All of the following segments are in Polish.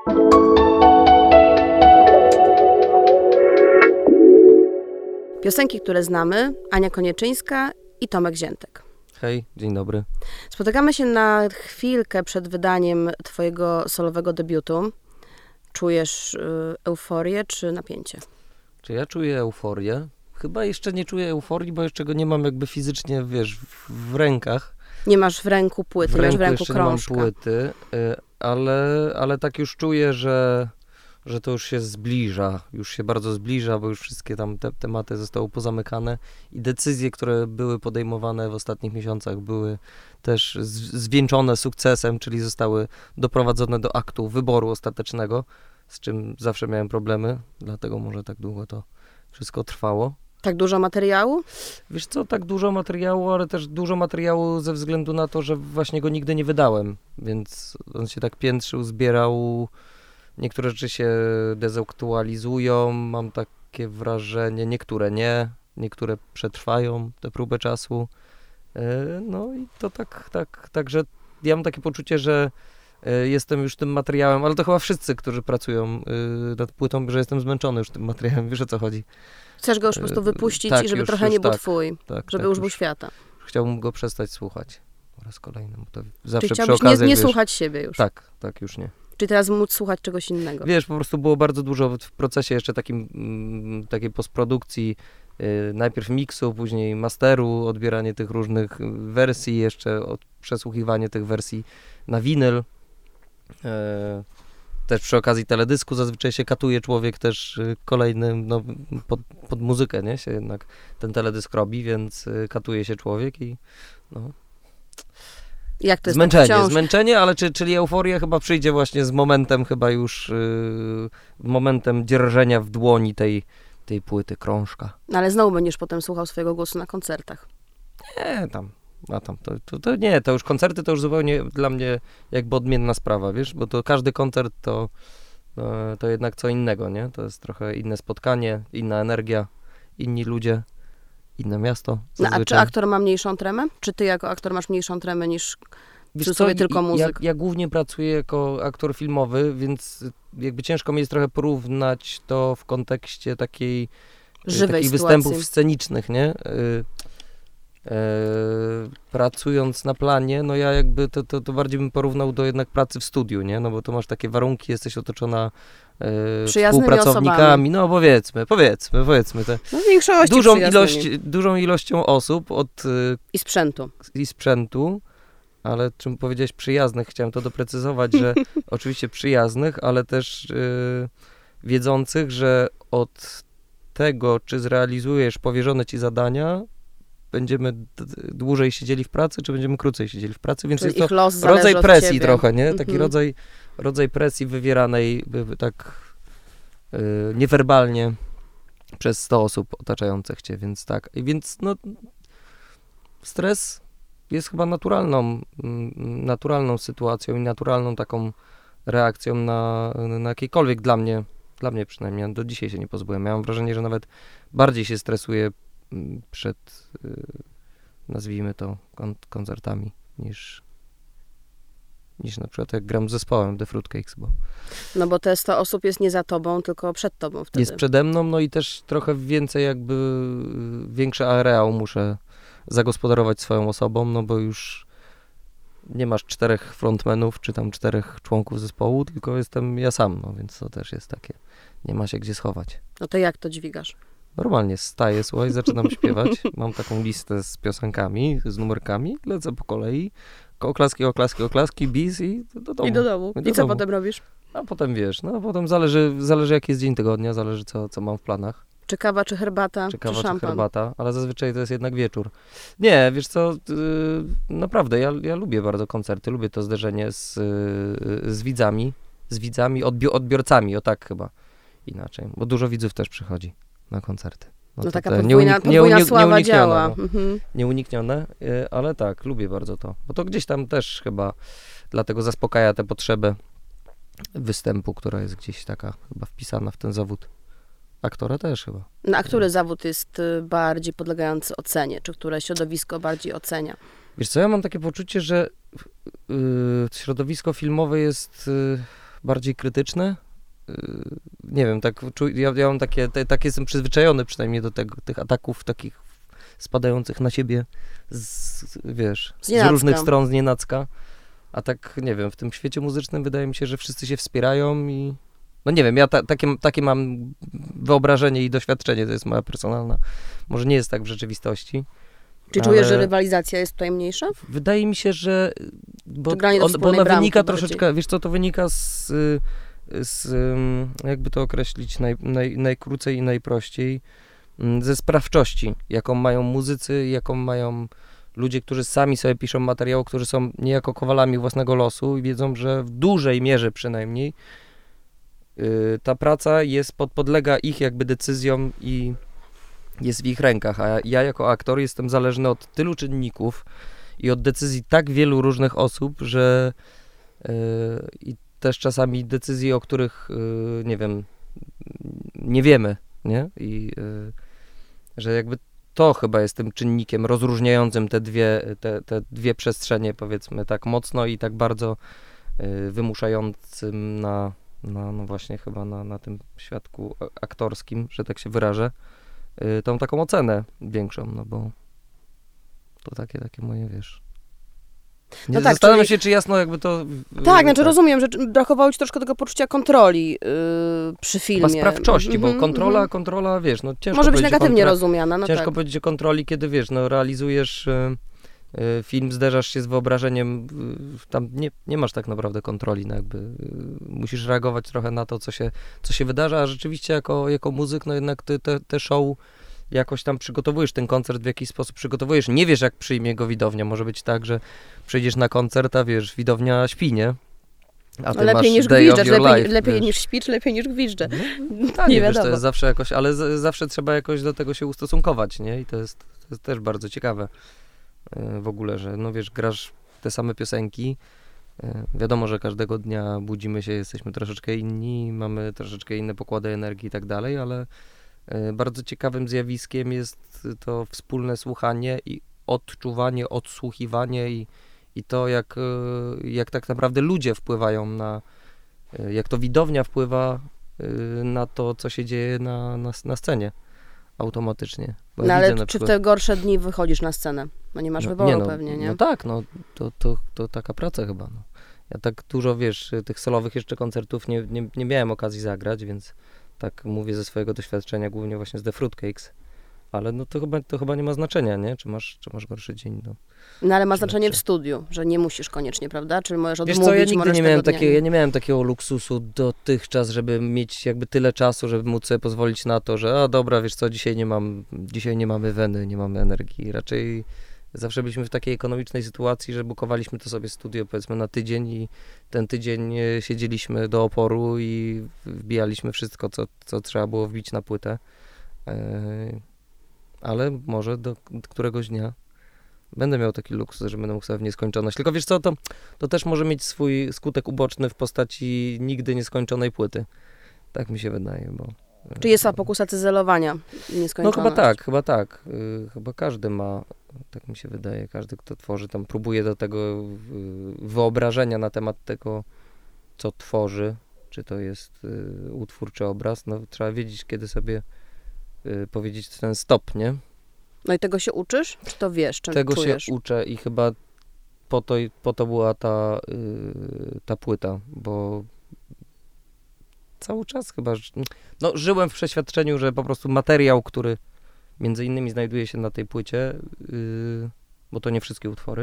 Piosenki, które znamy, Ania Konieczyńska i Tomek Ziętek. Hej, dzień dobry. Spotykamy się na chwilkę przed wydaniem twojego solowego debiutu. Czujesz euforię czy napięcie? Czy ja czuję euforię? Chyba jeszcze nie czuję euforii, bo jeszcze go nie mam jakby fizycznie, wiesz, w rękach. Nie masz w ręku płyty, masz w ręku krążka. Nie mam płyty, ale tak już czuję, że to już się zbliża, już się bardzo zbliża, bo już wszystkie tam te tematy zostały pozamykane i decyzje, które były podejmowane w ostatnich miesiącach były też zwieńczone sukcesem, czyli zostały doprowadzone do aktu wyboru ostatecznego, z czym zawsze miałem problemy, dlatego może tak długo to wszystko trwało. Tak dużo materiału? Wiesz co, tak dużo materiału, ale też dużo materiału ze względu na to, że właśnie go nigdy nie wydałem, więc on się tak piętrzył, zbierał. Niektóre rzeczy się dezaktualizują, mam takie wrażenie, niektóre nie, niektóre przetrwają tę próbę czasu. No i to także ja mam takie poczucie, że jestem już tym materiałem, ale to chyba wszyscy, którzy pracują nad płytą, że jestem zmęczony już tym materiałem, wiesz o co chodzi. Chcesz go już po prostu wypuścić tak, i żeby już, trochę już, nie był tak, twój, żeby już był świata. Chciałbym go przestać słuchać po raz kolejny, bo to zawsze Czyli przy okazji, nie słuchać siebie już. Tak, już nie. Czyli teraz móc słuchać czegoś innego. Wiesz, po prostu było bardzo dużo w procesie jeszcze takiej postprodukcji, najpierw miksu, później masteru, odbieranie tych różnych wersji, jeszcze przesłuchiwanie tych wersji na winyl. Też przy okazji teledysku zazwyczaj się katuje człowiek też kolejnym, no, pod muzykę, nie? Się jednak ten teledysk robi, więc katuje się człowiek i no... Jak to jest Zmęczenie, ale czyli euforia chyba przyjdzie właśnie z momentem chyba już, momentem dzierżenia w dłoni tej płyty, krążka. No ale znowu będziesz potem słuchał swojego głosu na koncertach. Nie, to nie, to już koncerty to już zupełnie dla mnie jakby odmienna sprawa, wiesz, bo to każdy koncert to jednak co innego, nie? To jest trochę inne spotkanie, inna energia, inni ludzie. Inne miasto. No, a czy aktor ma mniejszą tremę? Czy ty jako aktor masz mniejszą tremę niż sobie tylko muzyk? Ja głównie pracuję jako aktor filmowy, więc jakby ciężko mi jest trochę porównać to w kontekście takich występów scenicznych, nie? Pracując na planie, no ja jakby to bardziej bym porównał do jednak pracy w studiu, nie? No bo to masz takie warunki, jesteś otoczona współpracownikami, no powiedzmy te dużą ilością osób i sprzętu, ale czym powiedziałeś przyjaznych, chciałem to doprecyzować, że oczywiście przyjaznych, ale też wiedzących, że od tego, czy zrealizujesz powierzone ci zadania, będziemy dłużej siedzieli w pracy, czy będziemy krócej siedzieli w pracy, więc czyli jest to rodzaj presji trochę, nie? Taki rodzaj presji wywieranej tak niewerbalnie przez 100 osób otaczających cię, więc tak. Więc no stres jest chyba naturalną sytuacją i naturalną taką reakcją na jakiejkolwiek dla mnie przynajmniej, do dzisiaj się nie pozbyłem. Ja mam wrażenie, że nawet bardziej się stresuję przed, nazwijmy to, koncertami niż na przykład jak gram z zespołem The Fruitcakes, bo... No bo te 100 osób jest nie za tobą, tylko przed tobą wtedy. Jest przede mną, no i też trochę więcej jakby, większy areał muszę zagospodarować swoją osobą, no bo już nie masz 4 frontmenów, czy tam 4 członków zespołu, tylko jestem ja sam, no więc to też jest takie, nie ma się gdzie schować. No to jak to dźwigasz? Normalnie wstaję, słuchaj, zaczynam śpiewać, mam taką listę z piosenkami, z numerkami, lecę po kolei, oklaski, bis i do domu. I do domu. I co potem robisz? A potem wiesz, no potem zależy jaki jest dzień tygodnia, zależy co mam w planach. Czy kawa, czy herbata, czy szampan? Czy herbata, ale zazwyczaj to jest jednak wieczór. Nie, wiesz co, naprawdę, ja lubię bardzo koncerty, lubię to zderzenie z widzami, odbiorcami, o tak chyba inaczej, bo dużo widzów też przychodzi na koncerty. No taka podwójna sława działa. No. Nieuniknione, ale tak, lubię bardzo to, bo to gdzieś tam też chyba dlatego zaspokaja tę potrzebę występu, która jest gdzieś taka chyba wpisana w ten zawód. Aktora też chyba. No, a który zawód jest bardziej podlegający ocenie? Czy które środowisko bardziej ocenia? Wiesz co, ja mam takie poczucie, że środowisko filmowe jest bardziej krytyczne. Nie wiem, tak ja mam takie jestem przyzwyczajony przynajmniej do tych ataków takich spadających na siebie z różnych stron, z nienacka. A tak, nie wiem, w tym świecie muzycznym wydaje mi się, że wszyscy się wspierają i no nie wiem, ja takie mam wyobrażenie i doświadczenie, to jest moja personalna. Może nie jest tak w rzeczywistości. Czy czujesz, że rywalizacja jest tutaj mniejsza? Wydaje mi się, że bo ona wynika troszeczkę, wiesz co, to wynika z jakby to określić najkrócej i najprościej, ze sprawczości, jaką mają muzycy, jaką mają ludzie, którzy sami sobie piszą materiał, którzy są niejako kowalami własnego losu i wiedzą, że w dużej mierze przynajmniej ta praca podlega ich jakby decyzjom i jest w ich rękach, a ja jako aktor jestem zależny od tylu czynników i od decyzji tak wielu różnych osób, że i też czasami decyzji, o których nie wiem, nie wiemy, nie? I że jakby to chyba jest tym czynnikiem rozróżniającym te dwie przestrzenie, powiedzmy, tak mocno i tak bardzo wymuszającym no właśnie chyba na tym świadku aktorskim, że tak się wyrażę, tą taką ocenę większą, no bo to takie moje, wiesz... Nie zastanawiam się, czy jasno jakby to... Tak, znaczy rozumiem, że brakowało ci troszkę tego poczucia kontroli przy filmie. Chyba sprawczości, bo kontrola, wiesz, no ciężko może być negatywnie rozumiana, no ciężko powiedzieć o kontroli, kiedy, wiesz, no realizujesz film, zderzasz się z wyobrażeniem, tam nie masz tak naprawdę kontroli, no jakby musisz reagować trochę na to, co się wydarza, a rzeczywiście jako muzyk, no jednak ty te show jakoś tam przygotowujesz ten koncert, w jakiś sposób przygotowujesz. Nie wiesz, jak przyjmie go widownia. Może być tak, że przyjdziesz na koncert, a wiesz, widownia śpi, nie? A ty lepiej niż gwizdżesz, lepiej niż śpi, czy lepiej niż gwizdże. No, tak, nie wiadomo. To jest zawsze jakoś, ale zawsze trzeba jakoś do tego się ustosunkować, nie? I to jest też bardzo ciekawe w ogóle, że no wiesz, grasz te same piosenki. Wiadomo, że każdego dnia budzimy się, jesteśmy troszeczkę inni, mamy troszeczkę inne pokłady energii i tak dalej, ale bardzo ciekawym zjawiskiem jest to wspólne słuchanie i odczuwanie, odsłuchiwanie i to, jak tak naprawdę ludzie wpływają jak to widownia wpływa na to, co się dzieje na scenie automatycznie. No ale czy w te gorsze dni wychodzisz na scenę? No nie masz wyboru pewnie, nie? No tak, no to taka praca chyba. No. Ja tak dużo, wiesz, tych solowych jeszcze koncertów nie miałem okazji zagrać, więc tak mówię ze swojego doświadczenia, głównie właśnie z The Fruitcakes, ale no to chyba nie ma znaczenia, nie? Czy masz gorszy dzień, no. No ale ma znaczenie w studiu, że nie musisz koniecznie, prawda? Czyli możesz odmówić, wiesz co, ja nie miałem takiego luksusu dotychczas, żeby mieć jakby tyle czasu, żeby móc sobie pozwolić na to, że dobra, wiesz co, dzisiaj nie mamy weny, nie mamy energii. Raczej zawsze byliśmy w takiej ekonomicznej sytuacji, że bukowaliśmy to sobie studio, powiedzmy, na tydzień i ten tydzień siedzieliśmy do oporu i wbijaliśmy wszystko, co trzeba było wbić na płytę. Ale może do któregoś dnia będę miał taki luksus, że będę mógł sobie w nieskończoność. Tylko wiesz co, to też może mieć swój skutek uboczny w postaci nigdy nieskończonej płyty. Tak mi się wydaje, bo... Czy jest pokusa cyzelowania nieskończoność? No chyba tak. Chyba każdy ma, tak mi się wydaje, każdy, kto tworzy, tam próbuje do tego wyobrażenia na temat tego, co tworzy, czy to jest utwór, czy obraz, no trzeba wiedzieć, kiedy sobie powiedzieć ten stop, nie? No i tego się uczysz? Czy to wiesz, czym tego czujesz? Się uczę i chyba po to była ta płyta, bo cały czas chyba, no żyłem w przeświadczeniu, że po prostu materiał, który między innymi znajduje się na tej płycie, bo to nie wszystkie utwory,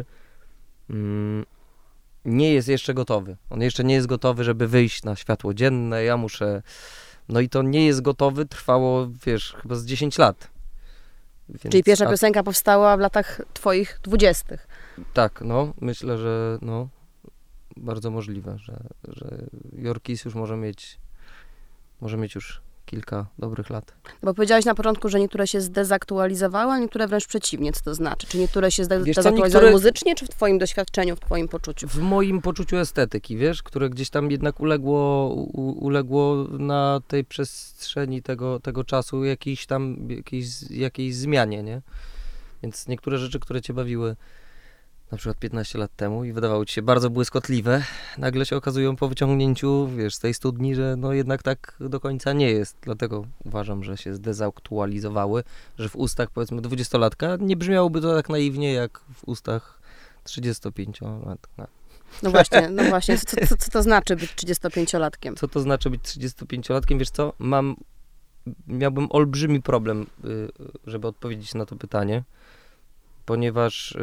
nie jest jeszcze gotowy. On jeszcze nie jest gotowy, żeby wyjść na światło dzienne, ja muszę... No i to nie jest gotowy, trwało, wiesz, chyba z 10 lat. Więc, czyli pierwsza piosenka powstała w latach twoich 20. Tak, no, myślę, że no, bardzo możliwe, że Yorkis już może mieć już kilka dobrych lat. Bo powiedziałeś na początku, że niektóre się zdezaktualizowały, a niektóre wręcz przeciwnie. Co to znaczy? Czy niektóre się zdezaktualizowały muzycznie, czy w twoim doświadczeniu, w twoim poczuciu? W moim poczuciu estetyki, wiesz, które gdzieś tam jednak uległo na tej przestrzeni tego czasu jakiejś zmianie, nie? Więc niektóre rzeczy, które cię bawiły na przykład 15 lat temu i wydawały ci się bardzo błyskotliwe, nagle się okazują po wyciągnięciu, wiesz, z tej studni, że no jednak tak do końca nie jest. Dlatego uważam, że się zdezaktualizowały, że w ustach, powiedzmy, 20-latka nie brzmiałoby to tak naiwnie, jak w ustach 35-latka. No właśnie, co to znaczy być 35-latkiem? Co to znaczy być 35-latkiem? Wiesz co, miałbym olbrzymi problem, żeby odpowiedzieć na to pytanie, ponieważ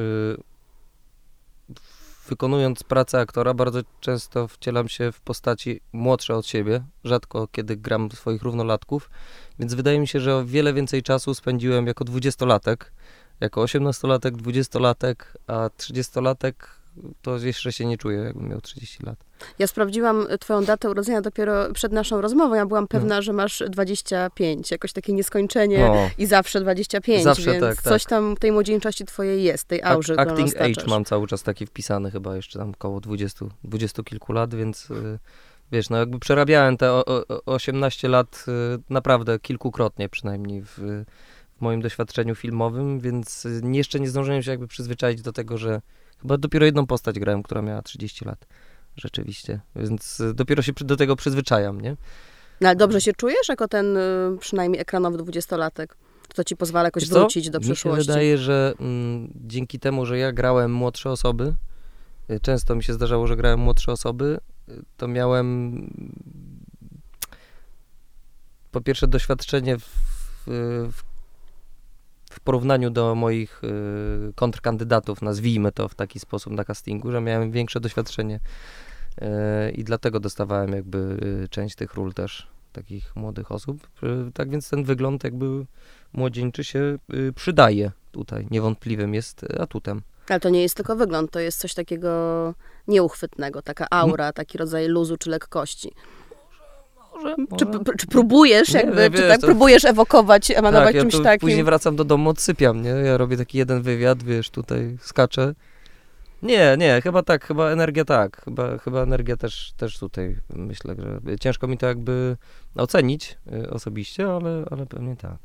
wykonując pracę aktora, bardzo często wcielam się w postaci młodsze od siebie, rzadko kiedy gram swoich równolatków, więc wydaje mi się, że o wiele więcej czasu spędziłem jako 20-latek, jako 18-latek, 20-latek, a 30-latek to jeszcze się nie czuję, jakbym miał 30 lat. Ja sprawdziłam twoją datę urodzenia dopiero przed naszą rozmową. Ja byłam pewna, że masz 25. Jakoś takie nieskończenie i zawsze 25. Zawsze więc tak. Coś tam tej młodzieńczości twojej jest, tej aurze, którą Acting roztaczasz. age mam cały czas taki wpisany chyba jeszcze tam około 20 kilku lat, więc wiesz, no jakby przerabiałem te 18 lat naprawdę kilkukrotnie przynajmniej w moim doświadczeniu filmowym, więc jeszcze nie zdążyłem się jakby przyzwyczaić do tego, że chyba dopiero jedną postać grałem, która miała 30 lat. Rzeczywiście. Więc dopiero się do tego przyzwyczajam, nie? No, ale dobrze się czujesz jako ten przynajmniej ekranowy 20-latek? To ci pozwala jakoś wrócić do przeszłości? Mi się wydaje, że dzięki temu, że ja grałem młodsze osoby, często mi się zdarzało, że grałem młodsze osoby, to miałem po pierwsze doświadczenie w porównaniu do moich kontrkandydatów, nazwijmy to w taki sposób na castingu, że miałem większe doświadczenie i dlatego dostawałem jakby część tych ról też, takich młodych osób. Tak więc ten wygląd jakby młodzieńczy się przydaje tutaj, niewątpliwym jest atutem. Ale to nie jest tylko wygląd, to jest coś takiego nieuchwytnego, taka aura, taki rodzaj luzu czy lekkości. Może. Czy próbujesz próbujesz emanować tak, czymś ja takim? Później wracam do domu, odsypiam, nie? Ja robię taki jeden wywiad, wiesz, tutaj skaczę. Nie, chyba energia tak. Chyba energia też tutaj myślę, że ciężko mi to jakby ocenić osobiście, ale pewnie tak.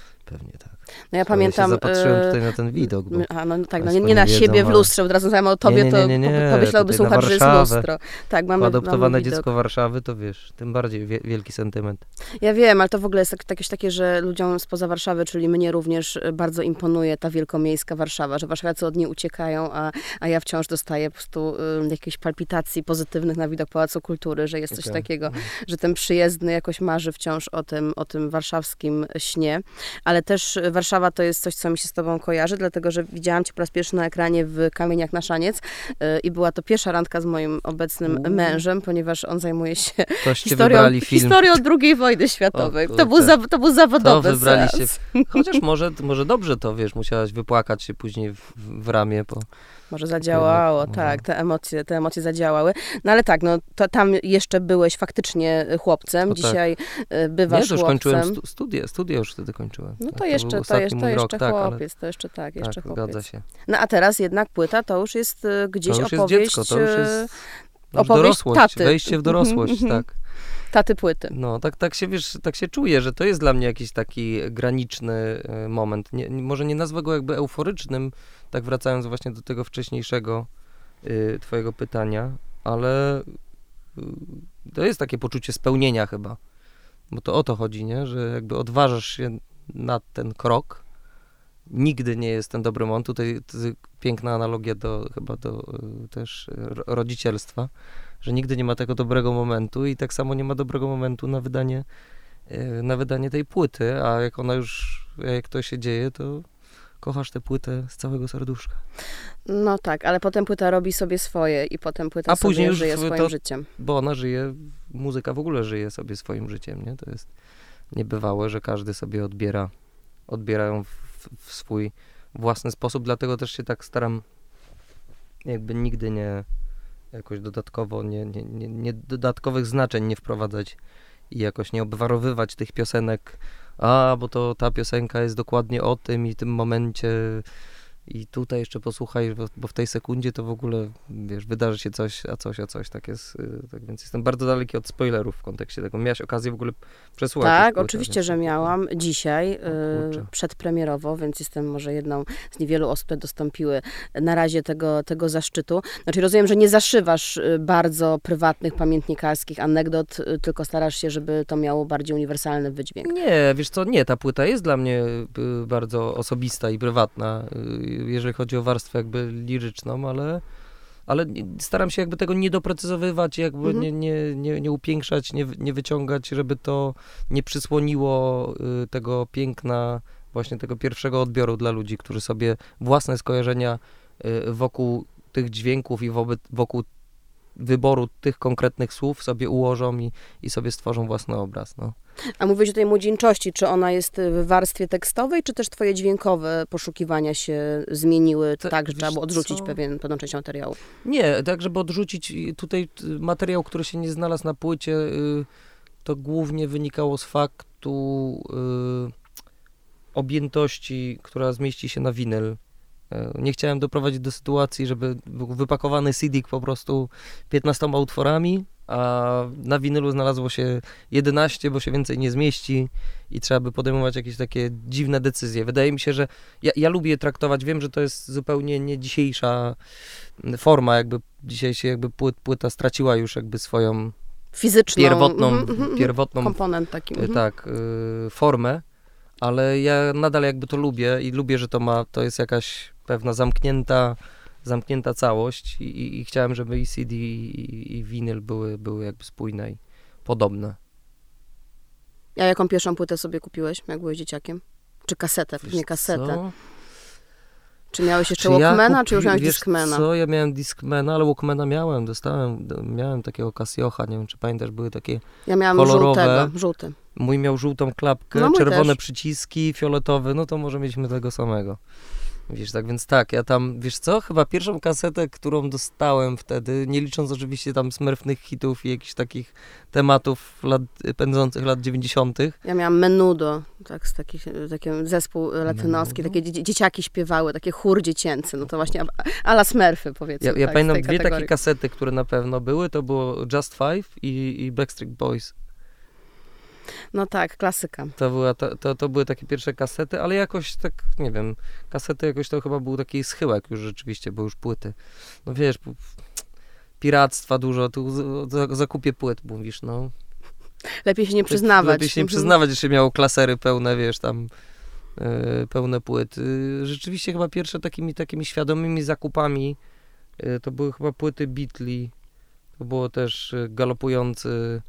No ja pamiętam... Ja się zapatrzyłem tutaj na ten widok. Nie na siebie w lustrze, od razu mówiłem o tobie, to pomyślałby słuchacz, że jest lustro. Tak, mamy adoptowane widok. dziecko Warszawy, to wiesz, tym bardziej wielki sentyment. Ja wiem, ale to w ogóle jest jakieś takie, że ludziom spoza Warszawy, czyli mnie również bardzo imponuje ta wielkomiejska Warszawa, że warszawiacy od niej uciekają, a ja wciąż dostaję po prostu jakichś palpitacji pozytywnych na widok Pałacu Kultury, że jest coś takiego, że ten przyjezdny jakoś marzy wciąż o tym warszawskim śnie, ale też Warszawa to jest coś, co mi się z tobą kojarzy, dlatego, że widziałam cię po raz pierwszy na ekranie w Kamieniach na Szaniec i była to pierwsza randka z moim obecnym mężem, ponieważ on zajmuje się historią II wojny światowej. To był zawodowy to wybraliście. Chociaż może dobrze to, wiesz, musiałaś wypłakać się później w ramię. Może zadziałało, tak, te emocje zadziałały. No ale tak, tam jeszcze byłeś faktycznie chłopcem, dzisiaj bywasz chłopcem. Nie, to już kończyłem studia już wtedy kończyłem. No to jeszcze chłopiec, to jeszcze chłopiec. Zgadza się. No a teraz jednak płyta to już jest gdzieś to już opowieść... Jest dziecko, to już jest dorosłość, taty. Wejście w dorosłość, tak. Taty płyty. No, tak się, wiesz, tak się czuję, że to jest dla mnie jakiś taki graniczny moment. Może nie nazwę go jakby euforycznym, tak wracając właśnie do tego wcześniejszego twojego pytania, ale to jest takie poczucie spełnienia chyba. Bo to o to chodzi, nie? Że jakby odważasz się na ten krok. Nigdy nie jest ten dobry moment. Tutaj piękna analogia do też rodzicielstwa, że nigdy nie ma tego dobrego momentu i tak samo nie ma dobrego momentu na wydanie tej płyty, a jak to się dzieje, to kochasz tę płytę z całego serduszka. No tak, ale potem płyta robi sobie swoje i potem płyta sobie żyje swoim życiem. Bo ona żyje, muzyka w ogóle żyje sobie swoim życiem, nie? To jest niebywałe, że każdy sobie odbiera ją w swój własny sposób, dlatego też się tak staram jakby nigdy nie jakoś dodatkowo, nie dodatkowych znaczeń nie wprowadzać i jakoś nie obwarowywać tych piosenek, bo to ta piosenka jest dokładnie o tym i tym momencie i tutaj jeszcze posłuchaj, bo w tej sekundzie to w ogóle, wiesz, wydarzy się coś, a coś, tak jest, tak więc jestem bardzo daleki od spoilerów w kontekście tego. Miałaś okazję w ogóle przesłuchać? Tak, płytę, oczywiście, więc... że miałam dzisiaj, kurczę. przedpremierowo, więc jestem może jedną z niewielu osób, które dostąpiły na razie tego zaszczytu. Znaczy rozumiem, że nie zaszywasz bardzo prywatnych, pamiętnikarskich anegdot, tylko starasz się, żeby to miało bardziej uniwersalny wydźwięk. Nie, wiesz co, nie, ta płyta jest dla mnie bardzo osobista i prywatna, jeżeli chodzi o warstwę jakby liryczną, ale staram się jakby tego nie doprecyzowywać, jakby nie upiększać, nie wyciągać, żeby to nie przysłoniło tego piękna właśnie tego pierwszego odbioru dla ludzi, którzy sobie własne skojarzenia wokół tych dźwięków i wokół wyboru tych konkretnych słów sobie ułożą i sobie stworzą własny obraz. No. A mówisz o tej młodzieńczości, czy ona jest w warstwie tekstowej, czy też twoje dźwiękowe poszukiwania się zmieniły tak, że trzeba było odrzucić pewną część materiału? Nie, tak żeby odrzucić tutaj materiał, który się nie znalazł na płycie, to głównie wynikało z faktu objętości, która zmieści się na winyl. Nie chciałem doprowadzić do sytuacji, żeby był wypakowany CD po prostu 15 utworami, a na winylu znalazło się 11, bo się więcej nie zmieści i trzeba by podejmować jakieś takie dziwne decyzje. Wydaje mi się, że ja lubię traktować, wiem, że to jest zupełnie nie dzisiejsza forma, jakby dzisiaj się jakby płyta straciła już jakby swoją fizyczną, pierwotną komponent taki. Tak, formę, ale ja nadal jakby to lubię i lubię, że to jest jakaś pewna zamknięta całość i chciałem, żeby i CD i winyl były jakby spójne i podobne. A jaką pierwszą płytę sobie kupiłeś, jak byłeś dzieciakiem? Czy kasetę? Pewnie kasetę. Co? Czy miałeś jeszcze Walkmana, czy już miałeś wiesz Discmana? co, ja miałem Discmana, ale Walkmana miałem takiego Casiocha, nie wiem, czy pamiętasz, były takie Ja miałam kolorowe. żółty. Mój miał żółtą klapkę, No, mój czerwone też. przyciski, fioletowy, no to może mieliśmy tego samego. Wiesz, tak więc tak, ja tam, wiesz co, chyba pierwszą kasetę, którą dostałem wtedy, nie licząc oczywiście tam smurfnych hitów i jakichś takich tematów pędzących lat 90. Ja miałam Menudo, tak, taki zespół latynoski, Menudo? takie dzieciaki śpiewały, takie chór dziecięcy, no to właśnie a la Smurfy, powiedzmy. Ja tak, pamiętam z tej dwie kategorii. takie kasety, które na pewno były, to było Just Five i Backstreet Boys. No tak, klasyka. To były takie pierwsze kasety, ale jakoś tak, nie wiem, kasety jakoś to chyba był taki schyłek już rzeczywiście, bo już płyty. No wiesz, piractwa dużo, tu zakupie płyt, mówisz, no. Lepiej się nie przyznawać. Lepiej się nie przyznawać, że się miało klasery pełne, wiesz, tam pełne płyt. Rzeczywiście chyba pierwsze takimi świadomymi zakupami to były chyba płyty Beatli. To było też galopujący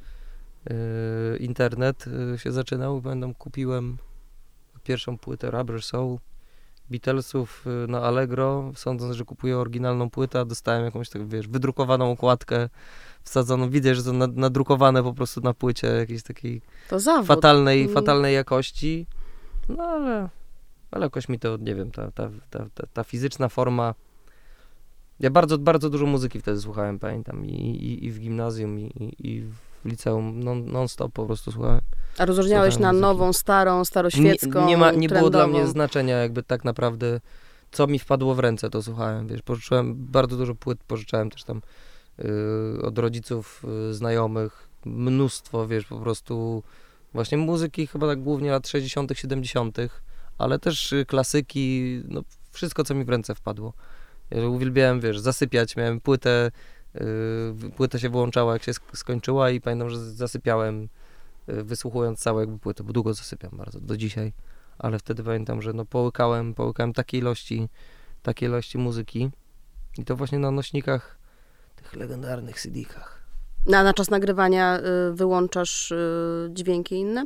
internet się zaczynał. Pamiętam, kupiłem pierwszą płytę Rubber Soul Beatlesów na Allegro, sądząc, że kupuję oryginalną płytę, a dostałem jakąś tak, wiesz, wydrukowaną okładkę wsadzoną. Widzę, że to nadrukowane po prostu na płycie jakiejś takiej fatalnej jakości. No ale jakoś mi to, nie wiem, ta fizyczna forma. Ja bardzo, bardzo dużo muzyki wtedy słuchałem, pamiętam, i w gimnazjum, i w liceum non-stop po prostu słuchałem. A rozróżniałeś na muzyki. Nową, starą, staroświecką, Nie było dla mnie trendową? znaczenia jakby tak naprawdę, co mi wpadło w ręce, to słuchałem, wiesz, pożyczyłem bardzo dużo płyt, pożyczałem też tam od rodziców, znajomych, mnóstwo, wiesz, po prostu właśnie muzyki chyba tak głównie lat 60., 70., ale też klasyki, no wszystko, co mi w ręce wpadło. Ja uwielbiałem, wiesz, zasypiać, miałem płytę się wyłączała, jak się skończyła i pamiętam, że zasypiałem wysłuchując całą jakby płytę, bo długo zasypiam bardzo, do dzisiaj, ale wtedy pamiętam, że no połykałem takiej ilości muzyki i to właśnie na nośnikach, tych legendarnych CD-kach. Na czas nagrywania wyłączasz dźwięki inne?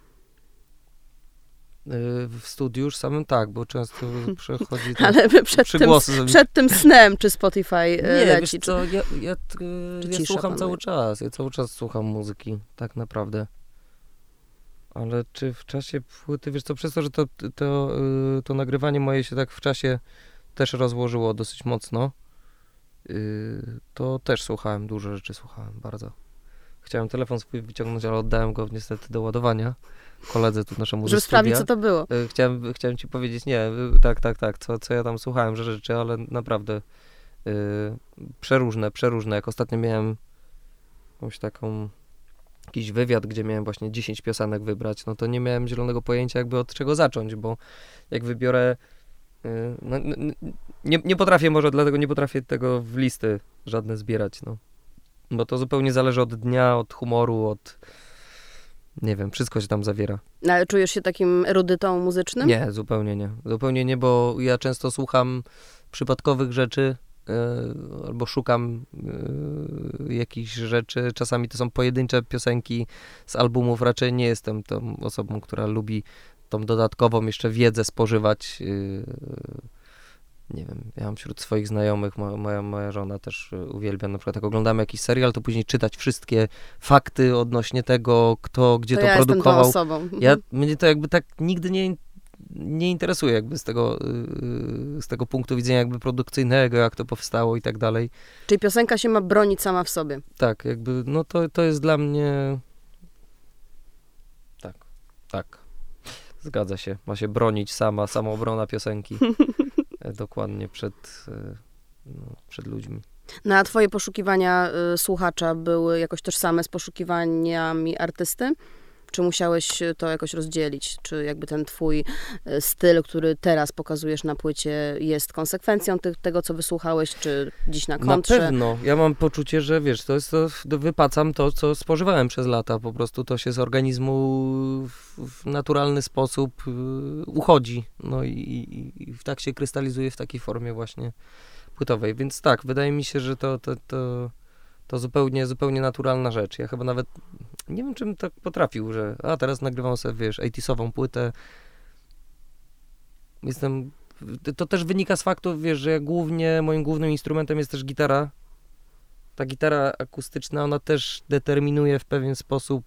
W studiu już samym tak, bo często przechodzi Ale przed tym snem, czy Spotify nie, leci? Wiesz co, ja słucham panuje? cały czas, ja cały czas słucham muzyki, tak naprawdę. Ale czy w czasie płyty, wiesz co, przez to, że to nagrywanie moje się tak w czasie też rozłożyło dosyć mocno, to też słuchałem, dużo rzeczy słuchałem, bardzo. Chciałem telefon swój wyciągnąć, ale oddałem go niestety do ładowania koledze tu naszemu Żeby ze studia. sprawdzić, co to było. Chciałem ci powiedzieć, nie, tak, co ja tam słuchałem rzeczy, ale naprawdę przeróżne. Jak ostatnio miałem jakiś wywiad, gdzie miałem właśnie 10 piosenek wybrać, no to nie miałem zielonego pojęcia jakby od czego zacząć, bo jak wybiorę, nie potrafię, może dlatego nie potrafię tego w listy żadne zbierać, no. Bo to zupełnie zależy od dnia, od humoru, nie wiem, wszystko się tam zawiera. No, ale czujesz się takim erudytą muzycznym? Nie, zupełnie nie. Zupełnie nie, bo ja często słucham przypadkowych rzeczy, albo szukam jakichś rzeczy. Czasami to są pojedyncze piosenki z albumów. Raczej nie jestem tą osobą, która lubi tą dodatkową jeszcze wiedzę spożywać. Nie wiem, ja mam wśród swoich znajomych, moja żona też uwielbia, na przykład jak oglądamy jakiś serial, to później czytać wszystkie fakty odnośnie tego, kto gdzie to produkował. Jestem tą osobą. Mnie to jakby tak nigdy nie interesuje jakby z tego punktu widzenia jakby produkcyjnego, jak to powstało i tak dalej. Czyli piosenka się ma bronić sama w sobie. Tak, jakby, no to jest dla mnie... Tak. Zgadza się. Ma się bronić samoobrona piosenki. Dokładnie przed ludźmi. No a twoje poszukiwania słuchacza były jakoś tożsame z poszukiwaniami artysty? Czy musiałeś to jakoś rozdzielić? Czy jakby ten twój styl, który teraz pokazujesz na płycie, jest konsekwencją tego, co wysłuchałeś, czy gdzieś na kontrze? Na pewno. Ja mam poczucie, że wiesz, wypacam to, co spożywałem przez lata. Po prostu to się z organizmu w naturalny sposób uchodzi. No i tak się krystalizuje w takiej formie właśnie płytowej. Więc tak, wydaje mi się, że to zupełnie naturalna rzecz. Ja chyba nawet nie wiem, czym tak potrafił, że teraz nagrywam sobie, wiesz, 80-ową płytę. To też wynika z faktu, wiesz, że moim głównym instrumentem jest też gitara. Ta gitara akustyczna, ona też determinuje w pewien sposób,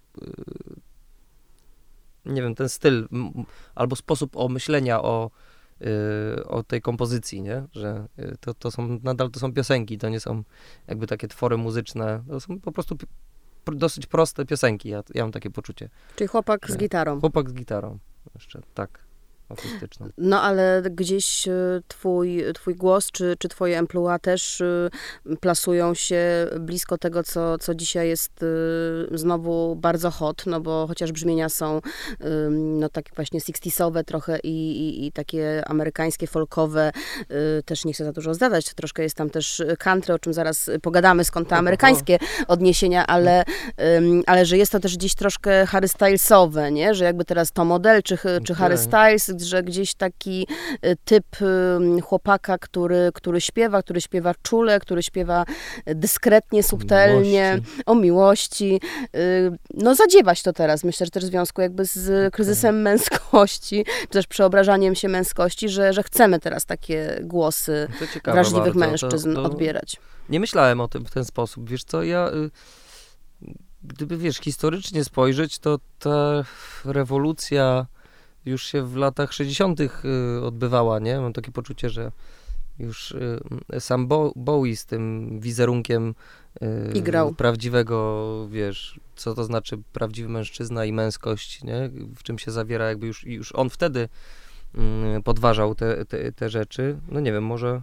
nie wiem, ten styl, albo sposób myślenia o tej kompozycji, nie? Że nadal to są piosenki, to nie są jakby takie twory muzyczne, to są po prostu dosyć proste piosenki, ja mam takie poczucie. Czyli chłopak z gitarą. Chłopak z gitarą, jeszcze, tak, akustyczną. No ale gdzieś twój głos, czy twoje emploi też plasują się blisko tego, co dzisiaj jest znowu bardzo hot, no bo chociaż brzmienia są no takie właśnie 60sowe trochę i takie amerykańskie, folkowe, też nie chcę za dużo zdadać, troszkę jest tam też country, o czym zaraz pogadamy, skąd te amerykańskie odniesienia, ale że jest to też gdzieś troszkę Harry Stylesowe, nie? Że jakby teraz Tom Odell czy Harry Styles, że gdzieś taki typ chłopaka, który śpiewa czule, który śpiewa dyskretnie, subtelnie, o miłości. No zadziewać to teraz, myślę, że też w związku jakby z kryzysem męskości, czy też przeobrażaniem się męskości, że chcemy teraz takie głosy wrażliwych mężczyzn odbierać. Nie myślałem o tym w ten sposób. Wiesz co, gdyby, historycznie spojrzeć, to ta rewolucja już się w latach 60. odbywała, nie? Mam takie poczucie, że już sam Bowie z tym wizerunkiem prawdziwego, co to znaczy prawdziwy mężczyzna i męskość, nie? W czym się zawiera, jakby już on wtedy podważał te rzeczy. No nie wiem, może...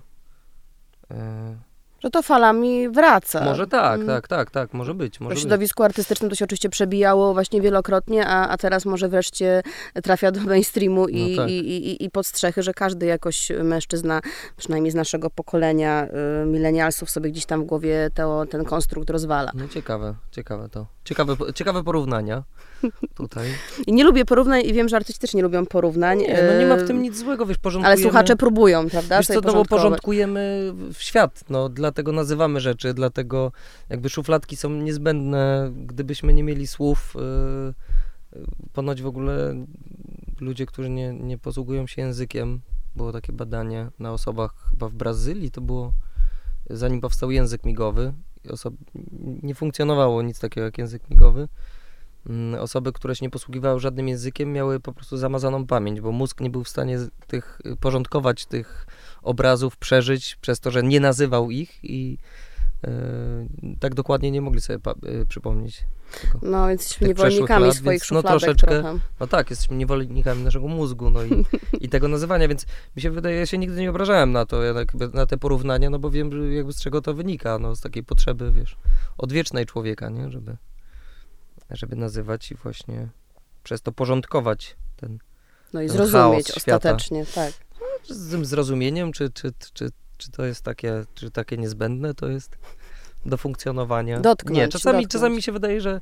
Że to falami wraca. Może tak, może być. W środowisku artystycznym to się oczywiście przebijało właśnie wielokrotnie, a teraz może wreszcie trafia do mainstreamu i pod strzechy, że każdy jakoś mężczyzna, przynajmniej z naszego pokolenia milenialsów, sobie gdzieś tam w głowie ten konstrukt rozwala. No ciekawe to. Ciekawe porównania tutaj. I nie lubię porównań i wiem, że artyści też nie lubią porównań. Nie ma w tym nic złego, porządkujemy. Ale słuchacze próbują, prawda? Wiesz co, bo porządkujemy w świat, dlatego nazywamy rzeczy, dlatego jakby szufladki są niezbędne, gdybyśmy nie mieli słów, ponoć w ogóle ludzie, którzy nie posługują się językiem, było takie badanie na osobach, chyba w Brazylii to było, zanim powstał język migowy, nie funkcjonowało nic takiego jak język migowy. Osoby, które się nie posługiwały żadnym językiem, miały po prostu zamazaną pamięć, bo mózg nie był w stanie porządkować tych obrazów, przeżyć, przez to, że nie nazywał ich i tak dokładnie nie mogli sobie przypomnieć. No, jesteśmy tych niewolnikami przeszłych lat, swoich więc, szufladek troszeczkę, trochę. No tak, jesteśmy niewolnikami naszego mózgu, no i tego nazywania, więc mi się wydaje, ja się nigdy nie obrażałem na to, na te porównania, no bo wiem, że jakby z czego to wynika, no z takiej potrzeby, wiesz, odwiecznej człowieka, nie, żeby nazywać i właśnie przez to porządkować ten No i ten zrozumieć chaos świata. ostatecznie, tak. z tym zrozumieniem, czy to jest takie niezbędne, to jest do funkcjonowania. Dotknąć, Nie, dotknąć. czasami mi się wydaje, że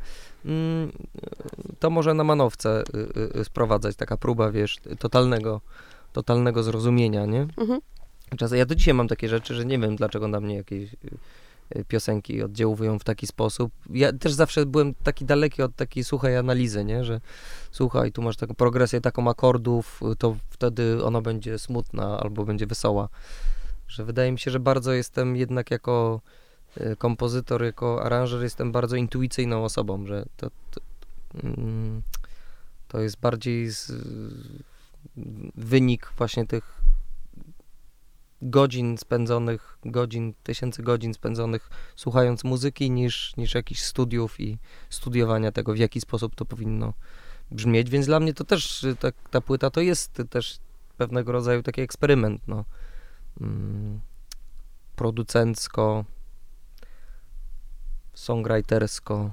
to może na manowce sprowadzać taka próba, wiesz, totalnego zrozumienia, nie? Mhm. Ja do dzisiaj mam takie rzeczy, że nie wiem, dlaczego na mnie jakieś piosenki oddziałują w taki sposób. Ja też zawsze byłem taki daleki od takiej suchej analizy, nie? Że słuchaj, tu masz taką progresję, taką akordów, to wtedy ona będzie smutna albo będzie wesoła. Że wydaje mi się, że bardzo jestem jednak jako kompozytor, jako aranżer jestem bardzo intuicyjną osobą, że to jest bardziej wynik właśnie tych tysięcy godzin spędzonych słuchając muzyki niż jakichś studiów i studiowania tego, w jaki sposób to powinno brzmieć, więc dla mnie to też ta płyta to jest też pewnego rodzaju taki eksperyment, no. Producencko, songwritersko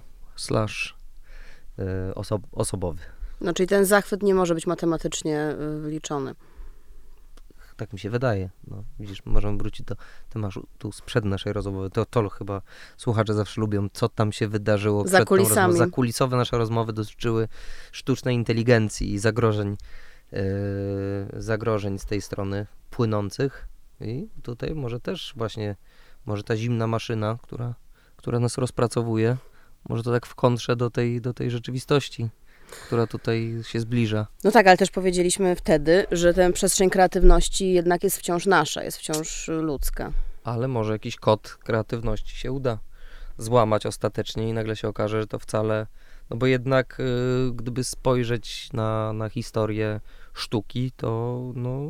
/ osobowy. No, czyli ten zachwyt nie może być matematycznie wyliczony. Tak mi się wydaje. No, widzisz, możemy wrócić do tematu tu sprzed naszej rozmowy. To chyba słuchacze zawsze lubią, co tam się wydarzyło Za przed tą kulisami. rozmową. Zakulisowe nasze rozmowy dotyczyły sztucznej inteligencji i zagrożeń z tej strony płynących. I tutaj może też właśnie, może ta zimna maszyna, która nas rozpracowuje, może to tak w kontrze do tej rzeczywistości, która tutaj się zbliża. No tak, ale też powiedzieliśmy wtedy, że tę przestrzeń kreatywności jednak jest wciąż nasza, jest wciąż ludzka. Ale może jakiś kod kreatywności się uda złamać ostatecznie i nagle się okaże, że to wcale... No bo jednak gdyby spojrzeć na historię sztuki, to no,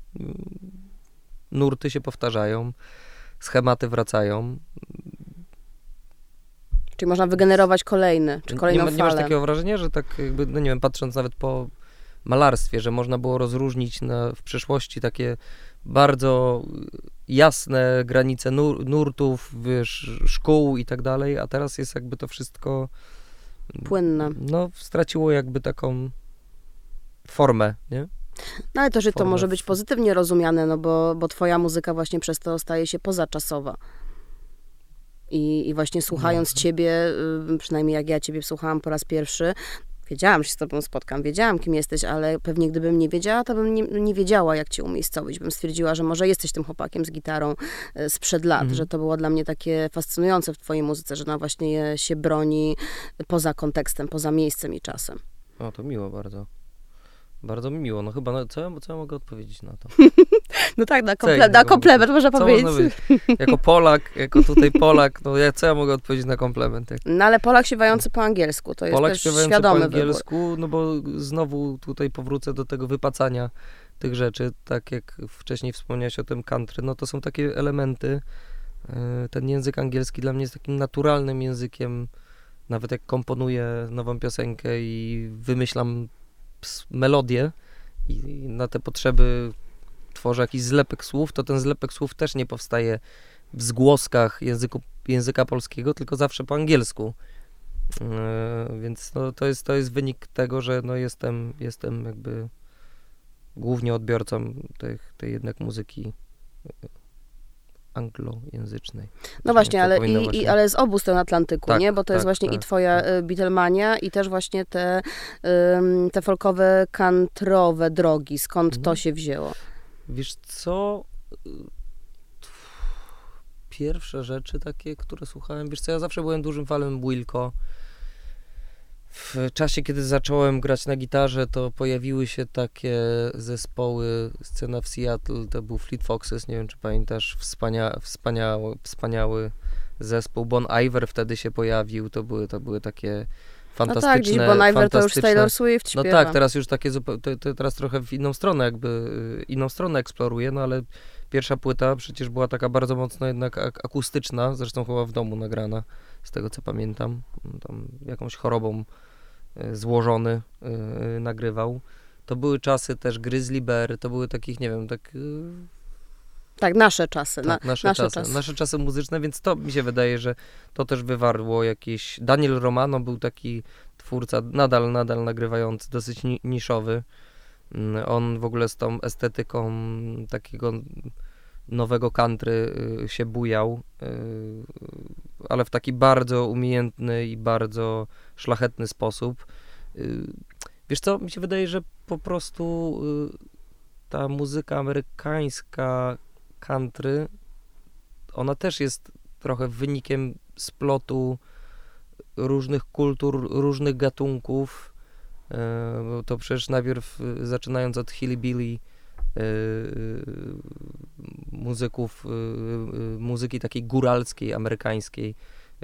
nurty się powtarzają, schematy wracają. Czyli można wygenerować kolejne, czy kolejną falę. Nie masz takiego wrażenia, że tak jakby, no nie wiem, patrząc nawet po malarstwie, że można było rozróżnić w przyszłości takie bardzo jasne granice nurtów, wiesz, szkół i tak dalej, a teraz jest jakby to wszystko płynne. No, straciło jakby taką formę, nie? No ale to, że to może być pozytywnie rozumiane, no bo twoja muzyka właśnie przez to staje się pozaczasowa. I właśnie słuchając ciebie, przynajmniej jak ja ciebie słuchałam po raz pierwszy, wiedziałam, że się z tobą spotkam, wiedziałam, kim jesteś, ale pewnie gdybym nie wiedziała, to bym nie wiedziała, jak cię umiejscowić. Bym stwierdziła, że może jesteś tym chłopakiem z gitarą sprzed lat, że to było dla mnie takie fascynujące w twojej muzyce, że ona właśnie się broni poza kontekstem, poza miejscem i czasem. O, to miło bardzo. Bardzo mi miło. No chyba, co ja mogę odpowiedzieć na to? No tak, na komplement można powiedzieć. Jako Polak, jako tutaj Polak, no co ja mogę odpowiedzieć na komplement? No ale Polak śpiewający po angielsku, to jest Polak też śpiewający świadomy po angielsku, wybór. no bo znowu tutaj powrócę do tego wypacania tych rzeczy, tak jak wcześniej wspomniałeś o tym country, no to są takie elementy, ten język angielski dla mnie jest takim naturalnym językiem, nawet jak komponuję nową piosenkę i wymyślam melodię i na te potrzeby tworzę jakiś zlepek słów, to ten zlepek słów też nie powstaje w zgłoskach języka polskiego, tylko zawsze po angielsku. Więc no, to jest wynik tego, że no jestem jakby głównie odbiorcą tej jednak muzyki anglojęzycznej. No właśnie, ale z obu stron Atlantyku, tak, nie? Bo to jest właśnie i twoja Beatlemania i też właśnie te folkowe, country'owe drogi. Skąd to się wzięło? Wiesz co? Pierwsze rzeczy takie, które słuchałem, wiesz co, ja zawsze byłem dużym fanem Wilco. W czasie, kiedy zacząłem grać na gitarze, to pojawiły się takie zespoły, scena w Seattle, to był Fleet Foxes, nie wiem, czy pamiętasz, wspaniały zespół. Bon Iver wtedy się pojawił, to były takie fantastyczne... No tak, gdzieś Bon Iver to już Taylor Swift śpiewa. No tak, teraz już takie, teraz trochę w inną stronę jakby, inną stronę eksploruje, no ale pierwsza płyta przecież była taka bardzo mocno jednak akustyczna, zresztą chyba w domu nagrana, z tego co pamiętam. Tam jakąś chorobą złożony nagrywał. To były czasy też Grizzly Bear, to były takich, nie wiem, Tak, nasze czasy. Tak, nasze czasy muzyczne, więc to mi się wydaje, że to też wywarło jakieś... Daniel Romano był taki twórca, nadal nagrywający, dosyć niszowy. On w ogóle z tą estetyką takiego nowego country się bujał, ale w taki bardzo umiejętny i bardzo szlachetny sposób. Wiesz co, mi się wydaje, że po prostu ta muzyka amerykańska country, ona też jest trochę wynikiem splotu różnych kultur, różnych gatunków. To przecież najpierw zaczynając od hillbilly, muzyków, muzyki takiej góralskiej, amerykańskiej,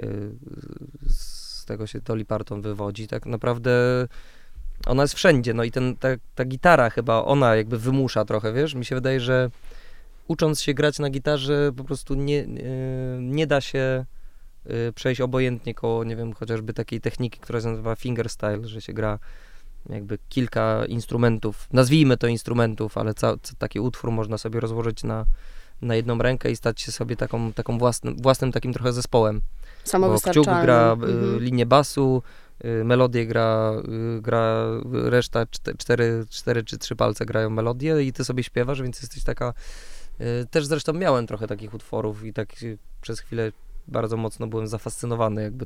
z tego się Dolly Parton wywodzi. Tak naprawdę ona jest wszędzie, no i ta gitara chyba, ona jakby wymusza trochę, wiesz, mi się wydaje, że ucząc się grać na gitarze po prostu nie da się przejść obojętnie koło, nie wiem, chociażby takiej techniki, która się nazywa fingerstyle, że się gra jakby kilka instrumentów, nazwijmy to instrumentów, ale taki utwór można sobie rozłożyć na jedną rękę i stać się sobie taką własnym takim trochę zespołem. Bo Kciuk gra linię basu, melodię gra reszta, 4 czy 3 palce grają melodię i ty sobie śpiewasz, więc jesteś taka... Też zresztą miałem trochę takich utworów i tak przez chwilę bardzo mocno byłem zafascynowany jakby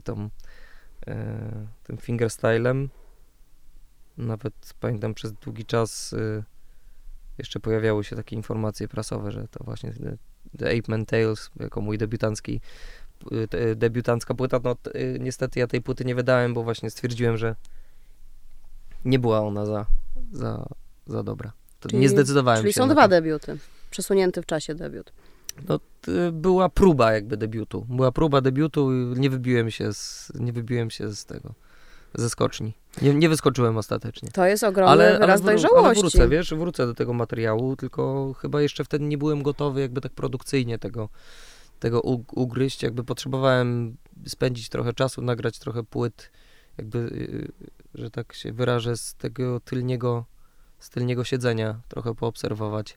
tym fingerstylem. Nawet pamiętam przez długi czas jeszcze pojawiały się takie informacje prasowe, że to właśnie The Ape Man Tales jako mój debiutancka płyta. No niestety ja tej płyty nie wydałem, bo właśnie stwierdziłem, że nie była ona za dobra. Nie zdecydowałem się. Czyli są 2 debiuty. Przesunięty w czasie debiut. No, była próba jakby debiutu. Była próba debiutu i nie wybiłem się z tego, ze skoczni. Nie wyskoczyłem ostatecznie. To jest ogromny wyraz dojrzałości. Ale wrócę do tego materiału, tylko chyba jeszcze wtedy nie byłem gotowy jakby tak produkcyjnie tego ugryźć. Jakby potrzebowałem spędzić trochę czasu, nagrać trochę płyt, jakby, że tak się wyrażę, z tego tylniego siedzenia trochę poobserwować,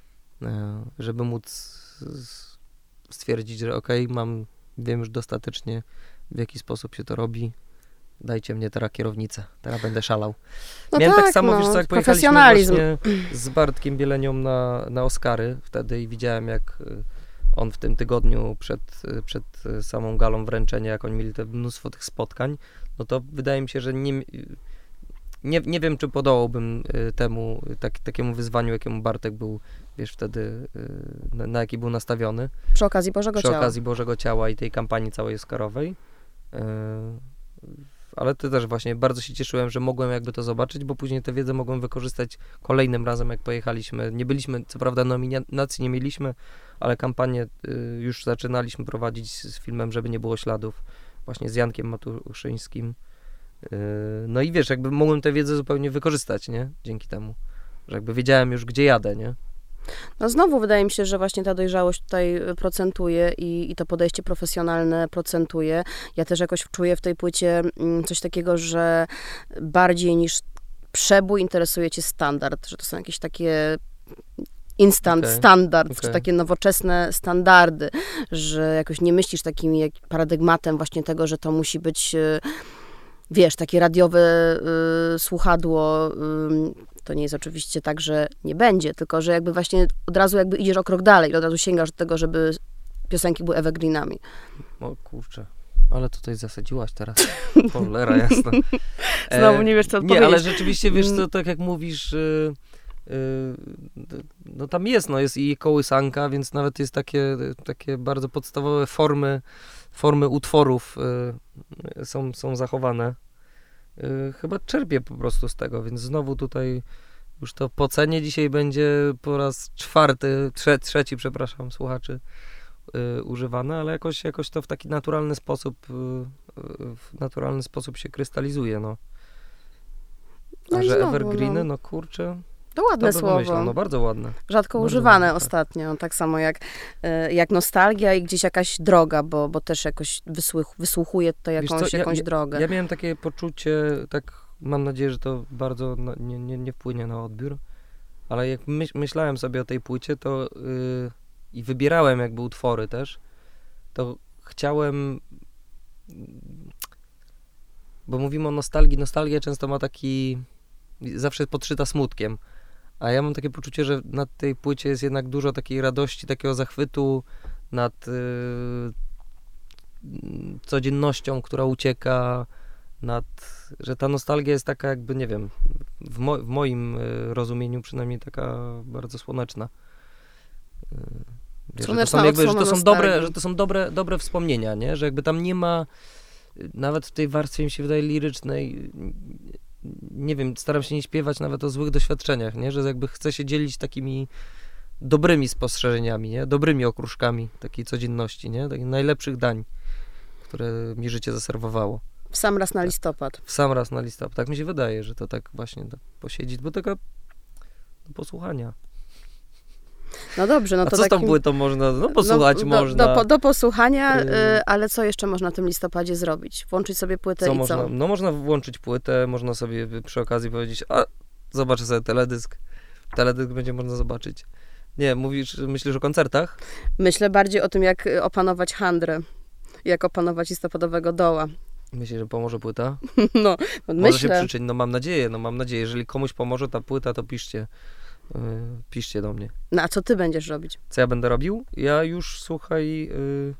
żeby móc stwierdzić, że okej, wiem już dostatecznie, w jaki sposób się to robi. Dajcie mnie teraz kierownicę, teraz będę szalał. No miałem tak, tak samo, wiesz co, jak pojechaliśmy właśnie z Bartkiem Bielenią na Oscary wtedy i widziałem, jak on w tym tygodniu przed samą galą wręczenia, jak oni mieli mnóstwo tych spotkań, no to wydaje mi się, że nie wiem, czy podołałbym takiemu wyzwaniu, jakiemu Bartek był, wiesz, wtedy, na jaki był nastawiony. Przy okazji Bożego Ciała i tej kampanii całej Oscarowej. Ale też właśnie bardzo się cieszyłem, że mogłem jakby to zobaczyć, bo później tę wiedzę mogłem wykorzystać kolejnym razem, jak pojechaliśmy. Nie byliśmy, co prawda nominacji nie mieliśmy, ale kampanię już zaczynaliśmy prowadzić z filmem, żeby nie było śladów, właśnie z Jankiem Matuszyńskim. No i wiesz, jakby mogłem tę wiedzę zupełnie wykorzystać, nie? Dzięki temu, że jakby wiedziałem już, gdzie jadę, nie? No znowu wydaje mi się, że właśnie ta dojrzałość tutaj procentuje i to podejście profesjonalne procentuje. Ja też jakoś czuję w tej płycie coś takiego, że bardziej niż przebój interesuje cię standard, że to są jakieś takie standard, czy takie nowoczesne standardy, że jakoś nie myślisz takim paradygmatem właśnie tego, że to musi być, wiesz, takie radiowe słuchadło. To nie jest oczywiście tak, że nie będzie, tylko że jakby właśnie od razu jakby idziesz o krok dalej, od razu sięgasz do tego, żeby piosenki były evergreenami. O kurczę, ale tutaj zasadziłaś teraz. Cholera jasna. Znowu nie wiesz, co odpowiedzieć. Nie, ale rzeczywiście, wiesz co, tak jak mówisz, no tam jest i kołysanka, więc nawet jest takie bardzo podstawowe formy utworów są zachowane. Chyba czerpię po prostu z tego, więc znowu tutaj już to pocenie dzisiaj będzie po raz trzeci, przepraszam, słuchaczy, używane, ale jakoś to w taki naturalny sposób się krystalizuje, no. A że evergreeny, no kurczę, To ładne słowo. Wymyślał, no bardzo ładne. Rzadko Bardzo używane ładne, tak. ostatnio, tak samo jak nostalgia i gdzieś jakaś droga, bo też jakoś wysłuchuje tutaj Wiesz co, jakąś drogę. Ja miałem takie poczucie, tak mam nadzieję, że to bardzo nie wpłynie na odbiór, ale jak myślałem sobie o tej płycie, to i wybierałem jakby utwory też, to chciałem, bo mówimy o nostalgii, nostalgia często ma taki, zawsze podszyta smutkiem, a ja mam takie poczucie, że na tej płycie jest jednak dużo takiej radości, takiego zachwytu nad codziennością, która ucieka, że ta nostalgia jest taka jakby, nie wiem, w moim rozumieniu przynajmniej taka bardzo słoneczna. Wiesz, że to są dobre wspomnienia, nie? Że jakby tam nie ma, nawet w tej warstwie mi się wydaje lirycznej, nie wiem, staram się nie śpiewać nawet o złych doświadczeniach, nie? Że jakby chcę się dzielić takimi dobrymi spostrzeżeniami, nie? Dobrymi okruszkami takiej codzienności, nie? Takich najlepszych dań, które mi życie zaserwowało. W sam raz na listopad. W sam raz na listopad. Tak mi się wydaje, że to tak właśnie posiedzieć, bo taka do posłuchania. No dobrze, no to co z tą płytą można? No posłuchać można. Do posłuchania, ale co jeszcze można w tym listopadzie zrobić? Włączyć sobie płytę co? No można włączyć płytę, można sobie przy okazji powiedzieć, zobaczę sobie teledysk. Teledysk będzie można zobaczyć. Nie, myślisz o koncertach? Myślę bardziej o tym, jak opanować handrę. Jak opanować listopadowego doła. Myślisz, że pomoże płyta? No, Może myślę. się przyczynić, no mam nadzieję. Jeżeli komuś pomoże ta płyta, to piszcie do mnie. No a co ty będziesz robić? Co ja będę robił? Ja już, słuchaj,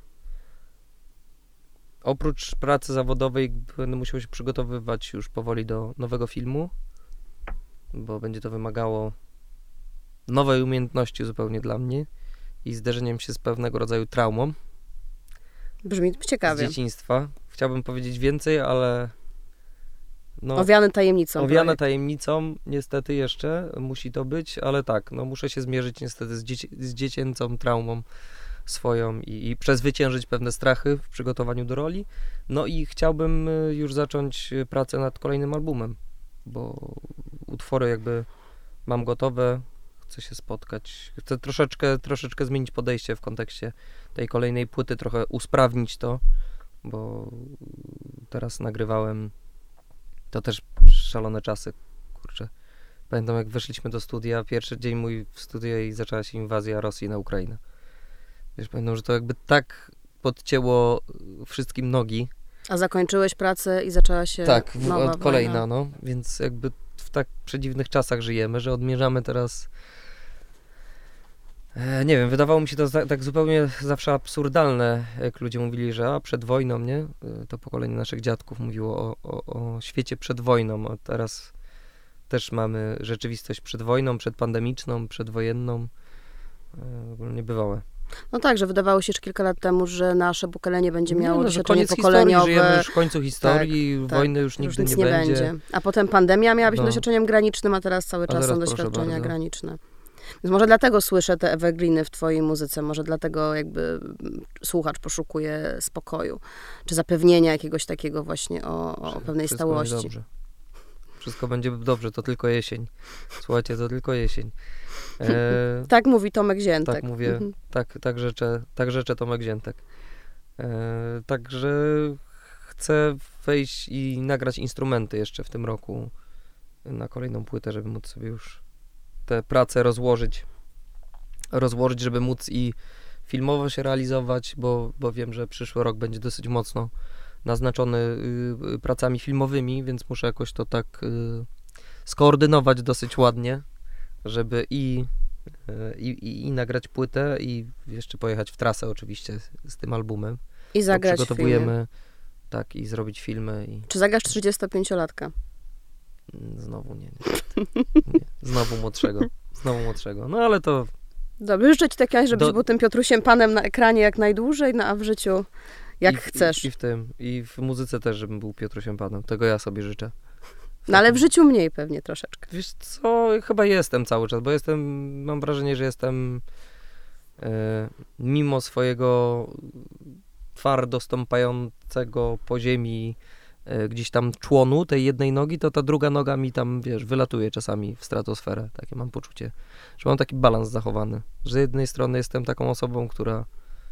oprócz pracy zawodowej będę musiał się przygotowywać już powoli do nowego filmu, bo będzie to wymagało nowej umiejętności zupełnie dla mnie i zderzeniem się z pewnego rodzaju traumą. Brzmi ciekawie. Z dzieciństwa. Chciałbym powiedzieć więcej, ale owiane tajemnicą. Owiane tajemnicą, niestety jeszcze musi to być, ale tak, muszę się zmierzyć niestety z dziecięcą traumą swoją i przezwyciężyć pewne strachy w przygotowaniu do roli. No i chciałbym już zacząć pracę nad kolejnym albumem, bo utwory jakby mam gotowe, chcę się spotkać, chcę troszeczkę zmienić podejście w kontekście tej kolejnej płyty, trochę usprawnić to, bo teraz nagrywałem, to też szalone czasy, kurczę. Pamiętam, jak weszliśmy do studia, pierwszy dzień mój w studiu i zaczęła się inwazja Rosji na Ukrainę. Wiesz, pamiętam, że to jakby tak podcięło wszystkim nogi. A zakończyłeś pracę i zaczęła się nowa kolejna, wojna. Więc jakby w tak przedziwnych czasach żyjemy, że odmierzamy teraz. Nie wiem, wydawało mi się to tak zupełnie zawsze absurdalne, jak ludzie mówili, że przed wojną, nie? To pokolenie naszych dziadków mówiło o świecie przed wojną, a teraz też mamy rzeczywistość przed wojną, przedpandemiczną, przedwojenną. Niebywałe. No tak, że wydawało się już kilka lat temu, że nasze pokolenie będzie miało doświadczenie koniec pokoleniowe. Żyjemy już w końcu historii, wojny już nigdy nie będzie. A potem pandemia miała być doświadczeniem granicznym, a teraz cały czas są doświadczenia graniczne. Więc może dlatego słyszę te evergreeny w twojej muzyce, może dlatego jakby słuchacz poszukuje spokoju, czy zapewnienia jakiegoś takiego właśnie o pewnej stałości. Będzie dobrze. Wszystko będzie dobrze, to tylko jesień. Słuchajcie, to tylko jesień. Tak mówi Tomek Ziętek. Tak mówię, tak życzę Tomek Ziętek. Także chcę wejść i nagrać instrumenty jeszcze w tym roku na kolejną płytę, żeby móc sobie już te prace rozłożyć, żeby móc i filmowo się realizować, bo wiem, że przyszły rok będzie dosyć mocno naznaczony pracami filmowymi, więc muszę jakoś to tak skoordynować dosyć ładnie, żeby i nagrać płytę i jeszcze pojechać w trasę oczywiście z tym albumem. I zagrać przygotowujemy, filmy. Tak, i zrobić filmy. Czy zagrasz 35-latka? Znowu nie. Znowu młodszego. No ale to... Dobrze, życzę ci tak, żebyś był tym Piotrusiem Panem na ekranie jak najdłużej, a w życiu chcesz. I w muzyce też, żebym był Piotrusiem Panem. Tego ja sobie życzę. No ale w życiu mniej pewnie troszeczkę. Wiesz co, chyba jestem cały czas, bo mam wrażenie, że jestem mimo swojego twardo stąpającego po ziemi gdzieś tam członu tej jednej nogi, to ta druga noga mi tam, wiesz, wylatuje czasami w stratosferę. Takie mam poczucie, że mam taki balans zachowany. Że z jednej strony jestem taką osobą, która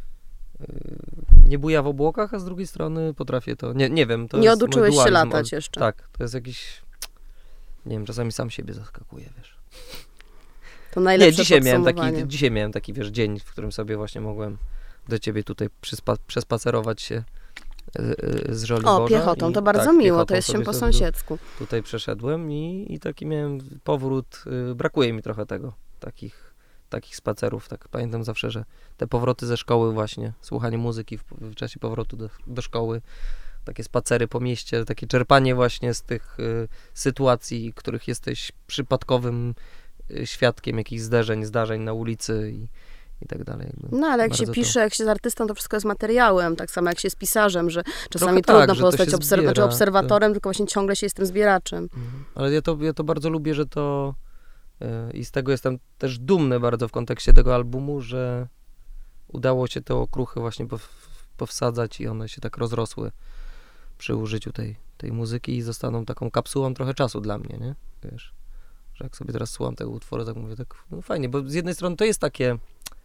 nie buja w obłokach, a z drugiej strony potrafię to, nie wiem, to nie jest oduczyłeś mój się dualizm. latać jeszcze. Tak, to jest jakiś, nie wiem, czasami sam siebie zaskakuje, wiesz. To najlepsze dzisiaj miałem taki, wiesz, dzień, w którym sobie właśnie mogłem do ciebie tutaj przespacerować się z Żoliborza. O, piechotą, to bardzo miło, to jest się po sąsiedzku. Tutaj przeszedłem i taki miałem powrót, brakuje mi trochę tego, takich spacerów, tak pamiętam zawsze, że te powroty ze szkoły właśnie, słuchanie muzyki w czasie powrotu do szkoły, takie spacery po mieście, takie czerpanie właśnie z tych sytuacji, których jesteś przypadkowym świadkiem, jakichś zdarzeń na ulicy i tak dalej. No ale jak się pisze, jak się z artystą, to wszystko jest materiałem, tak samo jak się z pisarzem, że czasami trudno pozostać obserwatorem, tylko właśnie ciągle się jest tym zbieraczem. Ale ja to bardzo lubię, że to i z tego jestem też dumny bardzo w kontekście tego albumu, że udało się te okruchy właśnie powsadzać i one się tak rozrosły przy użyciu tej muzyki i zostaną taką kapsułą trochę czasu dla mnie, nie? Wiesz, że jak sobie teraz słucham tego utworu, tak mówię, tak no fajnie, bo z jednej strony to jest takie,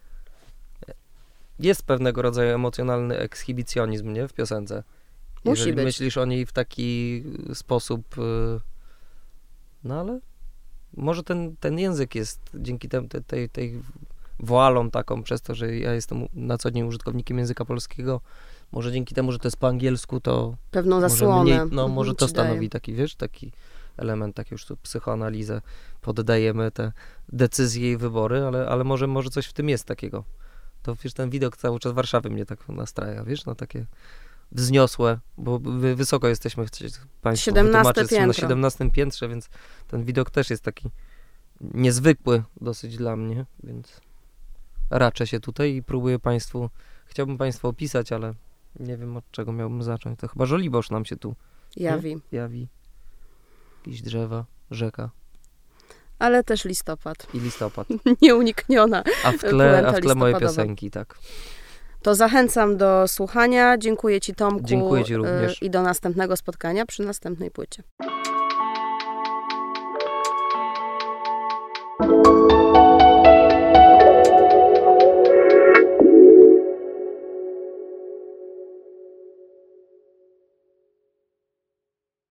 jest pewnego rodzaju emocjonalny ekshibicjonizm, nie? W piosence. Jeżeli myślisz o niej w taki sposób, no ale może ten język jest dzięki tej woalom taką, przez to, że ja jestem na co dzień użytkownikiem języka polskiego, może dzięki temu, że to jest po angielsku, to pewną zasłonę. Może to stanowi taki, wiesz, taki element, tak już tu psychoanalizę, poddajemy te decyzje i wybory, ale może coś w tym jest takiego. To wiesz, ten widok cały czas Warszawy mnie tak nastraja, wiesz, no takie wzniosłe, bo wysoko jesteśmy, chcecie Państwo wytłumaczyć, na 17 piętrze, więc ten widok też jest taki niezwykły dosyć dla mnie, więc raczę się tutaj i chciałbym Państwu opisać, ale nie wiem, od czego miałbym zacząć. To chyba Żoliborz nam się tu jawi. Jakieś drzewa, rzeka. Ale też listopad. I listopad. Nieunikniona. A w tle moje piosenki, tak. To zachęcam do słuchania. Dziękuję Ci, Tomku. Dziękuję Ci również. I do następnego spotkania przy następnej płycie.